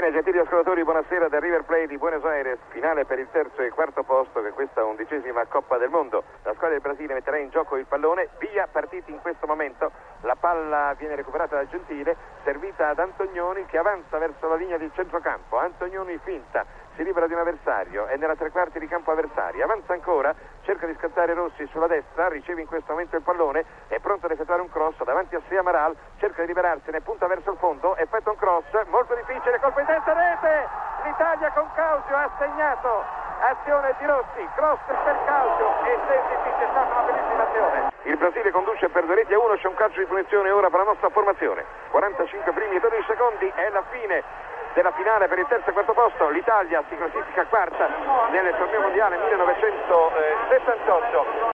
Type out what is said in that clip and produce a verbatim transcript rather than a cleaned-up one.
Bene, gentili ascoltatori, buonasera da River Plate di Buenos Aires, finale per il terzo e quarto posto che questa undicesima Coppa del Mondo. La squadra del Brasile metterà in gioco il pallone, via partiti in questo momento, la palla viene recuperata da Gentile, servita ad Antonioni che avanza verso la linea del centrocampo. Antonioni finta, si libera di un avversario, è nella tre quarti di campo avversari, avanza ancora, cerca di scattare Rossi sulla destra, riceve in questo momento il pallone, è pronto ad effettuare un cross davanti a sé Amaral, cerca di liberarsene, punta verso il fondo, effettua un cross, molto difficile, colpo in testa, rete! L'Italia con Causio ha segnato, azione di Rossi, cross per Causio e Sendicic, è stata una bellissima azione. Il Brasile conduce per due reti a uno, c'è un calcio di punizione ora per la nostra formazione. quarantacinque primi e dodici secondi, è la fine della finale per il terzo e quarto posto. L'Italia si classifica quarta nel torneo mondiale millenovecentosessantotto,